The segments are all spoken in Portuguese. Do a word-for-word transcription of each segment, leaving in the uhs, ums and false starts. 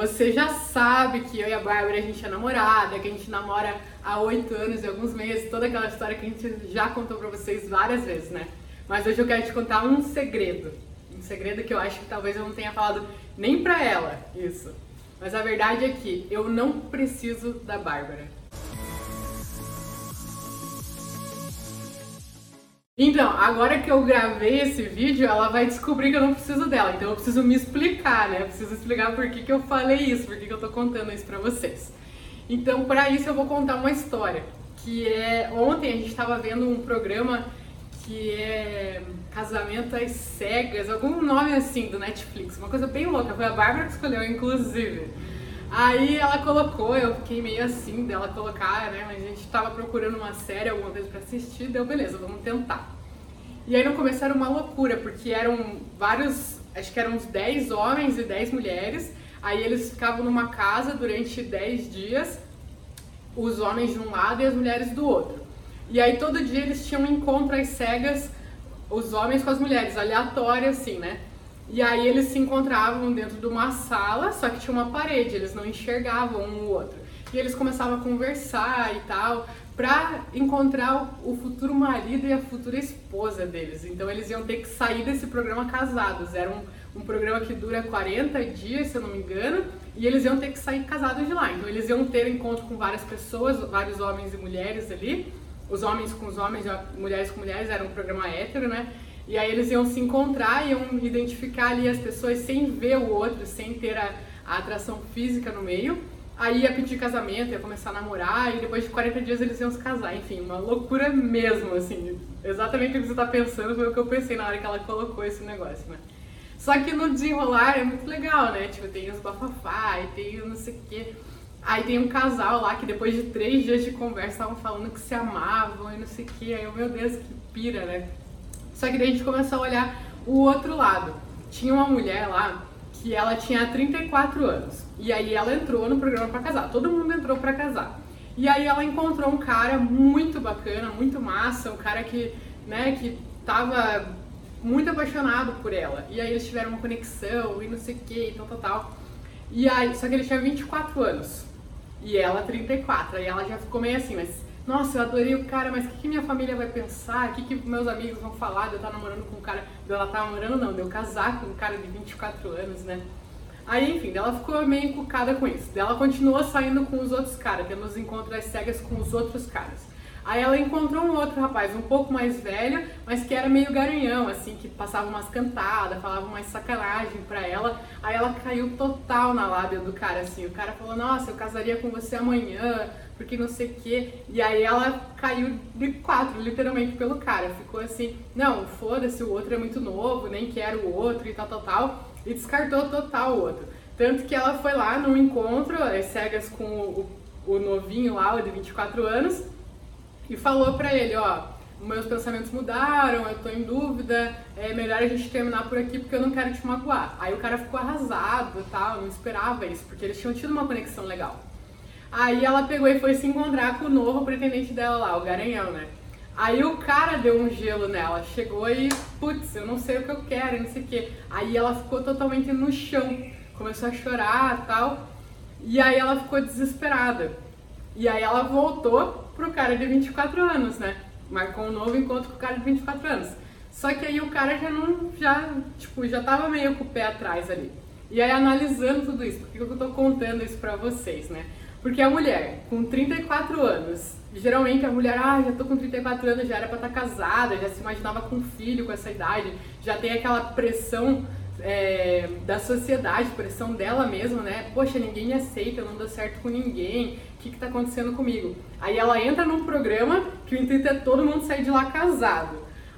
você já sabe que eu e a Bárbara, a gente é namorada, que a gente namora há oito anos e alguns meses, toda aquela história que a gente já contou pra vocês várias vezes, né? Mas hoje eu quero te contar um segredo, um segredo que eu acho que talvez eu não tenha falado nem pra ela, isso. Mas a verdade é que eu não preciso da Bárbara. Então, agora que eu gravei esse vídeo, ela vai descobrir que eu não preciso dela, então eu preciso me explicar, né? Eu preciso explicar por que que eu falei isso, por que que eu tô contando isso pra vocês. Então, pra isso eu vou contar uma história, que é... Ontem a gente tava vendo um programa que é Casamento às Cegas, algum nome assim do Netflix, uma coisa bem louca, foi a Bárbara que escolheu, inclusive. Aí ela colocou, eu fiquei meio assim dela colocar, né, mas a gente tava procurando uma série, alguma coisa pra assistir, deu beleza, vamos tentar. E aí no começo era uma loucura, porque eram vários, acho que eram uns dez homens e dez mulheres, aí eles ficavam numa casa durante dez dias, os homens de um lado e as mulheres do outro. E aí todo dia eles tinham um encontro às cegas, os homens com as mulheres, aleatório assim, né? E aí eles se encontravam dentro de uma sala, só que tinha uma parede, eles não enxergavam um o outro. E eles começavam a conversar e tal, pra encontrar o futuro marido e a futura esposa deles. Então eles iam ter que sair desse programa casados. Era um, um programa que dura quarenta dias, se eu não me engano, e eles iam ter que sair casados de lá. Então eles iam ter encontro com várias pessoas, vários homens e mulheres ali. Os homens com os homens, mulheres com mulheres, era um programa hétero, né? E aí eles iam se encontrar, iam identificar ali as pessoas sem ver o outro, sem ter a, a atração física no meio. Aí ia pedir casamento, ia começar a namorar, e depois de quarenta dias eles iam se casar. Enfim, uma loucura mesmo, assim. Exatamente o que você tá pensando foi o que eu pensei na hora que ela colocou esse negócio, né? Só que no desenrolar é muito legal, né? Tipo, tem os bafafá, e tem não sei o quê. Aí tem um casal lá que depois de três dias de conversa estavam falando que se amavam e não sei o quê. Aí eu, meu Deus, que pira, né? Só que daí a gente começou a olhar o outro lado. Tinha uma mulher lá que ela tinha trinta e quatro anos. E aí ela entrou no programa pra casar. Todo mundo entrou pra casar. E aí ela encontrou um cara muito bacana, muito massa, um cara que, né, que tava muito apaixonado por ela. E aí eles tiveram uma conexão e não sei o que e tal, tal, tal. E aí, só que ele tinha vinte e quatro anos. E ela trinta e quatro. Aí ela já ficou meio assim, mas... Nossa, eu adorei o cara, mas o que, que minha família vai pensar? O que, que meus amigos vão falar de eu estar namorando com um cara... De ela estar namorando não, de eu casar com um cara de vinte e quatro anos, né? Aí, enfim, ela ficou meio encucada com isso. Ela continuou saindo com os outros caras, tendo os encontros às cegas com os outros caras. Aí ela encontrou um outro rapaz, um pouco mais velho, mas que era meio garanhão, assim, que passava umas cantadas, falava umas sacanagem pra ela. Aí ela caiu total na lábia do cara, assim. O cara falou, nossa, eu casaria com você amanhã, porque não sei o quê. E aí ela caiu de quatro, literalmente, pelo cara. Ficou assim, não, foda-se, o outro é muito novo, nem quero o outro e tal, tal, tal. E descartou total o outro. Tanto que ela foi lá num encontro, às cegas com o, o novinho lá, o de vinte e quatro anos, e falou pra ele, ó, meus pensamentos mudaram, eu tô em dúvida, é melhor a gente terminar por aqui porque eu não quero te magoar. Aí o cara ficou arrasado e tal, não esperava isso, porque eles tinham tido uma conexão legal. Aí ela pegou e foi se encontrar com o novo pretendente dela lá, o garanhão, né? Aí o cara deu um gelo nela, chegou e, putz, eu não sei o que eu quero, não sei o quê. Aí ela ficou totalmente no chão, começou a chorar e tal, e aí ela ficou desesperada. E aí ela voltou pro cara de vinte e quatro anos, né? Marcou um novo encontro com o cara de vinte e quatro anos. Só que aí o cara já não, já, tipo, já tava meio com o pé atrás ali. E aí analisando tudo isso, por que eu tô contando isso pra vocês, né? Porque a mulher, com trinta e quatro anos, geralmente a mulher, ah, já tô com trinta e quatro anos, já era pra estar casada, já se imaginava com filho com essa idade, já tem aquela pressão é, da sociedade, pressão dela mesma, né? Poxa, ninguém me aceita, eu não dou certo com ninguém, o que que tá acontecendo comigo? Aí ela entra num programa que o intuito é todo mundo sair de lá casado.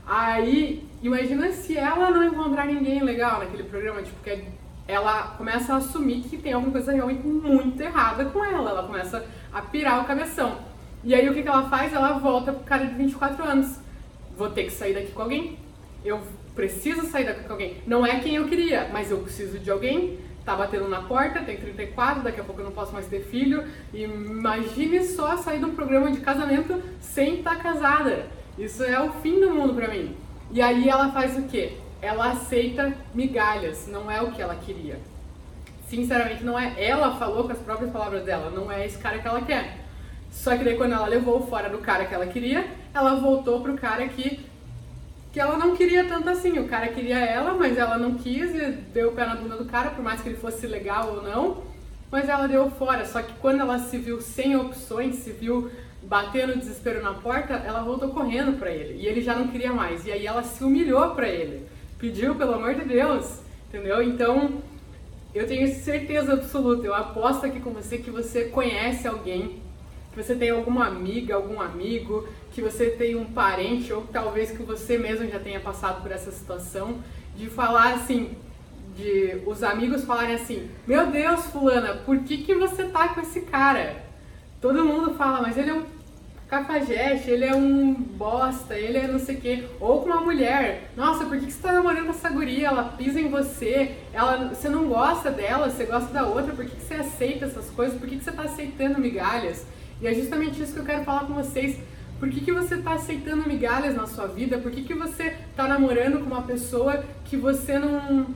Aí, imagina se ela não encontrar ninguém legal naquele programa, tipo, que é... ela começa a assumir que tem alguma coisa realmente muito errada com ela, ela começa a pirar o cabeção. E aí o que que ela faz? Ela volta pro cara de vinte e quatro anos. Vou ter que sair daqui com alguém, eu preciso sair daqui com alguém. Não é quem eu queria, mas eu preciso de alguém. Tá batendo na porta, tem trinta e quatro, daqui a pouco eu não posso mais ter filho. Imagine só sair de um programa de casamento sem estar casada. Isso é o fim do mundo pra mim. E aí ela faz o quê? Ela aceita migalhas, não é o que ela queria. sinceramente, não é, ela falou com as próprias palavras dela, não é esse cara que ela quer. Só que daí quando ela levou fora do cara que ela queria, ela voltou pro cara que, que ela não queria tanto assim. O cara queria ela, mas ela não quis e deu o pé na bunda do cara, por mais que ele fosse legal ou não, mas ela deu fora. Só que quando ela se viu sem opções, se viu batendo desespero na porta, ela voltou correndo pra ele. E ele já não queria mais. E aí ela se humilhou pra ele. Pediu, pelo amor de Deus, entendeu? Então, eu tenho certeza absoluta, eu aposto aqui com você que você conhece alguém, que você tem alguma amiga, algum amigo, que você tem um parente, ou talvez que você mesmo já tenha passado por essa situação, de falar assim, de os amigos falarem assim, meu Deus, fulana, por que que você tá com esse cara? Todo mundo fala, mas ele é um cafajeste, ele é um bosta, ele é não sei o quê. Ou com uma mulher, nossa, por que que você tá namorando essa guria? Ela pisa em você, ela, você não gosta dela, você gosta da outra, por que que você aceita essas coisas? Por que que você tá aceitando migalhas? E é justamente isso que eu quero falar com vocês. Por que que você tá aceitando migalhas na sua vida? Por que que você tá namorando com uma pessoa que você não...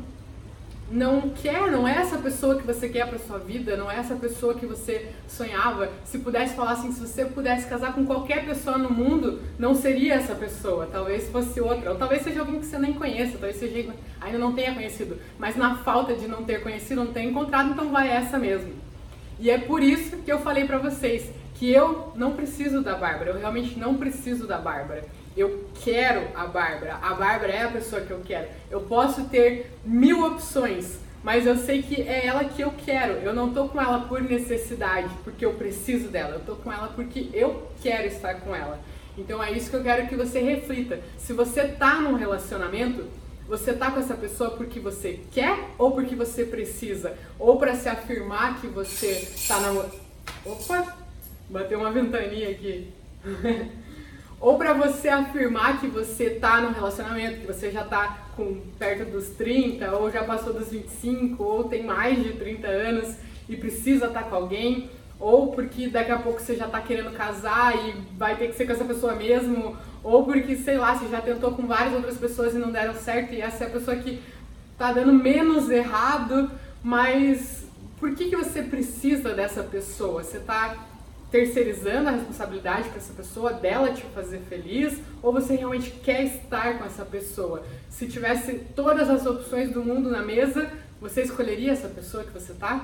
não quer, não é essa pessoa que você quer pra sua vida, não é essa pessoa que você sonhava. Se pudesse falar assim, se você pudesse casar com qualquer pessoa no mundo, não seria essa pessoa, talvez fosse outra, ou talvez seja alguém que você nem conheça, talvez seja, ainda não tenha conhecido, mas na falta de não ter conhecido, não ter encontrado, então vai essa mesmo. E é por isso que eu falei pra vocês que eu não preciso da Bárbara, eu realmente não preciso da Bárbara. Eu quero a Bárbara, a Bárbara é a pessoa que eu quero. Eu posso ter mil opções, mas eu sei que é ela que eu quero. Eu não tô com ela por necessidade, porque eu preciso dela. Eu tô com ela porque eu quero estar com ela. Então é isso que eu quero que você reflita. Se você tá num relacionamento, você tá com essa pessoa porque você quer ou porque você precisa? Ou para se afirmar que você tá namorando... Opa! Bateu uma ventania aqui. Ou para você afirmar que você tá num relacionamento, que você já tá com perto dos trinta, ou já passou dos vinte e cinco, ou tem mais de trinta anos e precisa estar com alguém, ou porque daqui a pouco você já tá querendo casar e vai ter que ser com essa pessoa mesmo, ou porque, sei lá, você já tentou com várias outras pessoas e não deram certo e essa é a pessoa que tá dando menos errado, mas por que que você precisa dessa pessoa? Você tá terceirizando a responsabilidade para essa pessoa, dela te fazer feliz, ou você realmente quer estar com essa pessoa? Se tivesse todas as opções do mundo na mesa, você escolheria essa pessoa que você tá?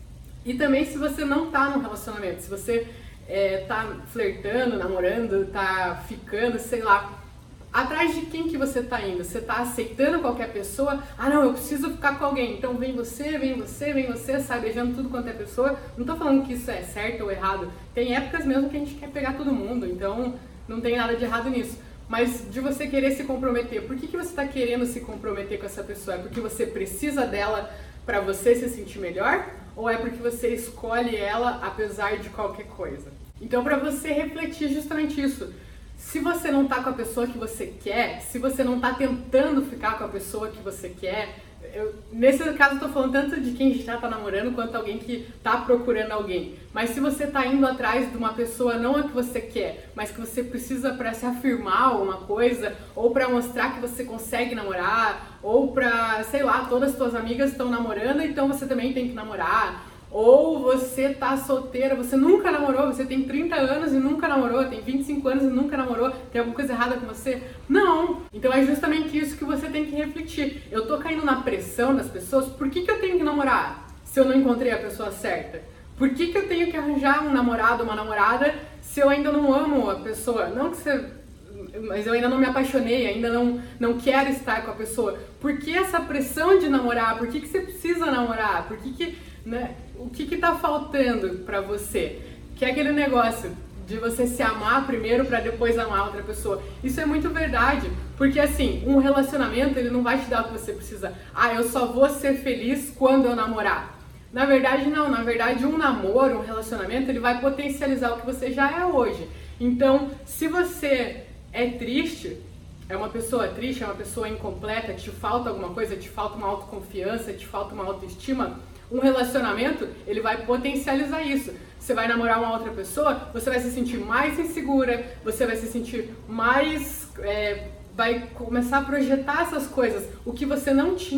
E também se você não tá num relacionamento, se você é, tá flertando, namorando, tá ficando, sei lá, atrás de quem que você tá indo? Você tá aceitando qualquer pessoa? Ah não, eu preciso ficar com alguém, então vem você, vem você, vem você, sai beijando tudo quanto é pessoa. Não tô falando que isso é certo ou errado, tem épocas mesmo que a gente quer pegar todo mundo, então não tem nada de errado nisso. Mas de você querer se comprometer, por que que você tá querendo se comprometer com essa pessoa? É porque você precisa dela pra você se sentir melhor? Ou é porque você escolhe ela apesar de qualquer coisa? Então pra você refletir justamente isso. Se você não tá com a pessoa que você quer, se você não tá tentando ficar com a pessoa que você quer, eu, nesse caso eu tô falando tanto de quem já tá namorando quanto alguém que tá procurando alguém. Mas se você tá indo atrás de uma pessoa não a que você quer, mas que você precisa pra se afirmar uma coisa, ou pra mostrar que você consegue namorar, ou pra, sei lá, todas as suas amigas estão namorando, então você também tem que namorar. Ou você tá solteira, você nunca namorou, você tem trinta anos e nunca namorou, tem vinte e cinco anos e nunca namorou, tem alguma coisa errada com você? Não! Então é justamente isso que você tem que refletir. Eu tô caindo na pressão das pessoas, por que que eu tenho que namorar se eu não encontrei a pessoa certa? Por que que eu tenho que arranjar um namorado, uma namorada, se eu ainda não amo a pessoa? Não que você... mas eu ainda não me apaixonei, ainda não, não quero estar com a pessoa. Por que essa pressão de namorar? Por que que você precisa namorar? Por que que... né? O que que tá faltando pra você? Que é aquele negócio de você se amar primeiro pra depois amar outra pessoa. Isso é muito verdade, porque assim, um relacionamento ele não vai te dar o que você precisa. Ah, eu só vou ser feliz quando eu namorar. Na verdade não, na verdade um namoro, um relacionamento, ele vai potencializar o que você já é hoje. Então, se você é triste, é uma pessoa triste, é uma pessoa incompleta, te falta alguma coisa, te falta uma autoconfiança, te falta uma autoestima, um relacionamento, ele vai potencializar isso. Você vai namorar uma outra pessoa, você vai se sentir mais insegura, você vai se sentir mais... É, vai começar a projetar essas coisas. O que você não tinha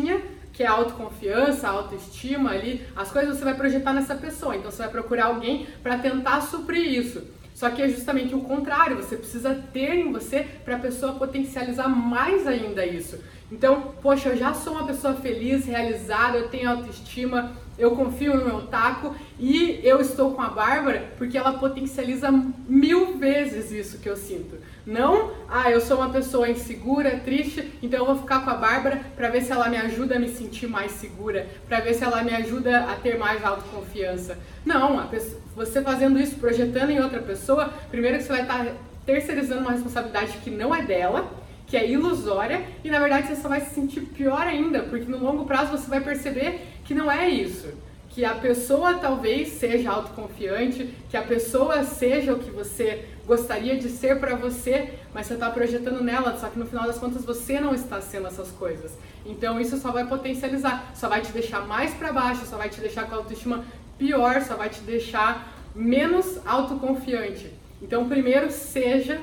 que é autoconfiança, autoestima ali, as coisas você vai projetar nessa pessoa. Então você vai procurar alguém para tentar suprir isso. Só que é justamente o contrário, você precisa ter em você para a pessoa potencializar mais ainda isso. Então, poxa, eu já sou uma pessoa feliz, realizada, eu tenho autoestima, eu confio no meu taco e eu estou com a Bárbara porque ela potencializa mil vezes isso que eu sinto. Não, ah, eu sou uma pessoa insegura, triste, então eu vou ficar com a Bárbara para ver se ela me ajuda a me sentir mais segura, para ver se ela me ajuda a ter mais autoconfiança. Não, a pessoa, você fazendo isso, projetando em outra pessoa, primeiro que você vai estar terceirizando uma responsabilidade que não é dela, que é ilusória, e na verdade você só vai se sentir pior ainda, porque no longo prazo você vai perceber que não é isso. Que a pessoa talvez seja autoconfiante, que a pessoa seja o que você gostaria de ser para você, mas você está projetando nela, só que no final das contas você não está sendo essas coisas. Então isso só vai potencializar, só vai te deixar mais para baixo, só vai te deixar com a autoestima pior, só vai te deixar menos autoconfiante. Então primeiro seja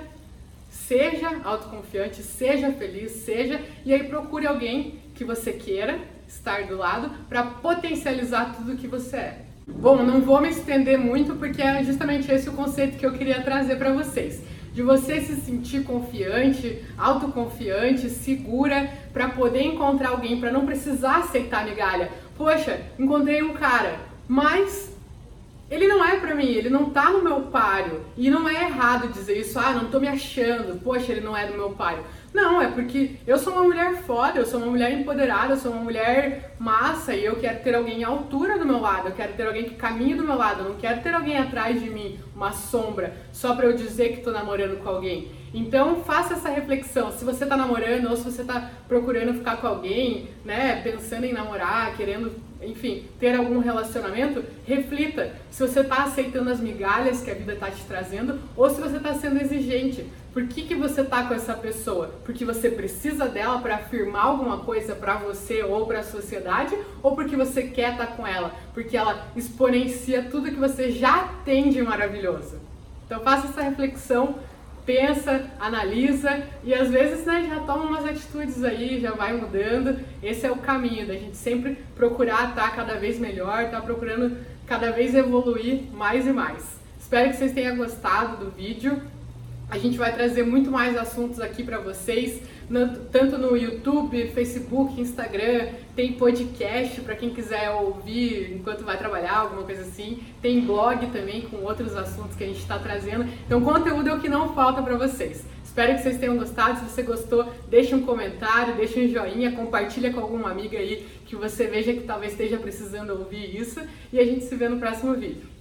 Seja autoconfiante, seja feliz, seja, e aí procure alguém que você queira estar do lado para potencializar tudo que você é. Bom, não vou me estender muito porque é justamente esse o conceito que eu queria trazer para vocês. De você se sentir confiante, autoconfiante, segura, para poder encontrar alguém, para não precisar aceitar migalha. Poxa, encontrei um cara, mas ele não é pra mim, ele não tá no meu páreo. E não é errado dizer isso, ah, não tô me achando, poxa, ele não é do meu páreo. Não, é porque eu sou uma mulher foda, eu sou uma mulher empoderada, eu sou uma mulher massa e eu quero ter alguém à altura do meu lado, eu quero ter alguém que caminhe do meu lado, eu não quero ter alguém atrás de mim, uma sombra, só pra eu dizer que tô namorando com alguém. Então faça essa reflexão, se você tá namorando ou se você tá procurando ficar com alguém, né, pensando em namorar, querendo, enfim, ter algum relacionamento, reflita se você tá aceitando as migalhas que a vida tá te trazendo ou se você tá sendo exigente. Por que que você tá com essa pessoa? Porque você precisa dela para afirmar alguma coisa para você ou para a sociedade? Ou porque você quer estar com ela? Porque ela exponencia tudo que você já tem de maravilhoso. Então faça essa reflexão, pensa, analisa e às vezes, né, já toma umas atitudes aí, já vai mudando. Esse é o caminho da gente sempre procurar estar cada vez melhor, estar procurando cada vez evoluir mais e mais. Espero que vocês tenham gostado do vídeo. A gente vai trazer muito mais assuntos aqui para vocês, no, tanto no YouTube, Facebook, Instagram, tem podcast para quem quiser ouvir enquanto vai trabalhar, alguma coisa assim. Tem blog também com outros assuntos que a gente está trazendo. Então conteúdo é o que não falta para vocês. Espero que vocês tenham gostado. Se você gostou, deixa um comentário, deixa um joinha, compartilha com alguma amiga aí que você veja que talvez esteja precisando ouvir isso. E a gente se vê no próximo vídeo.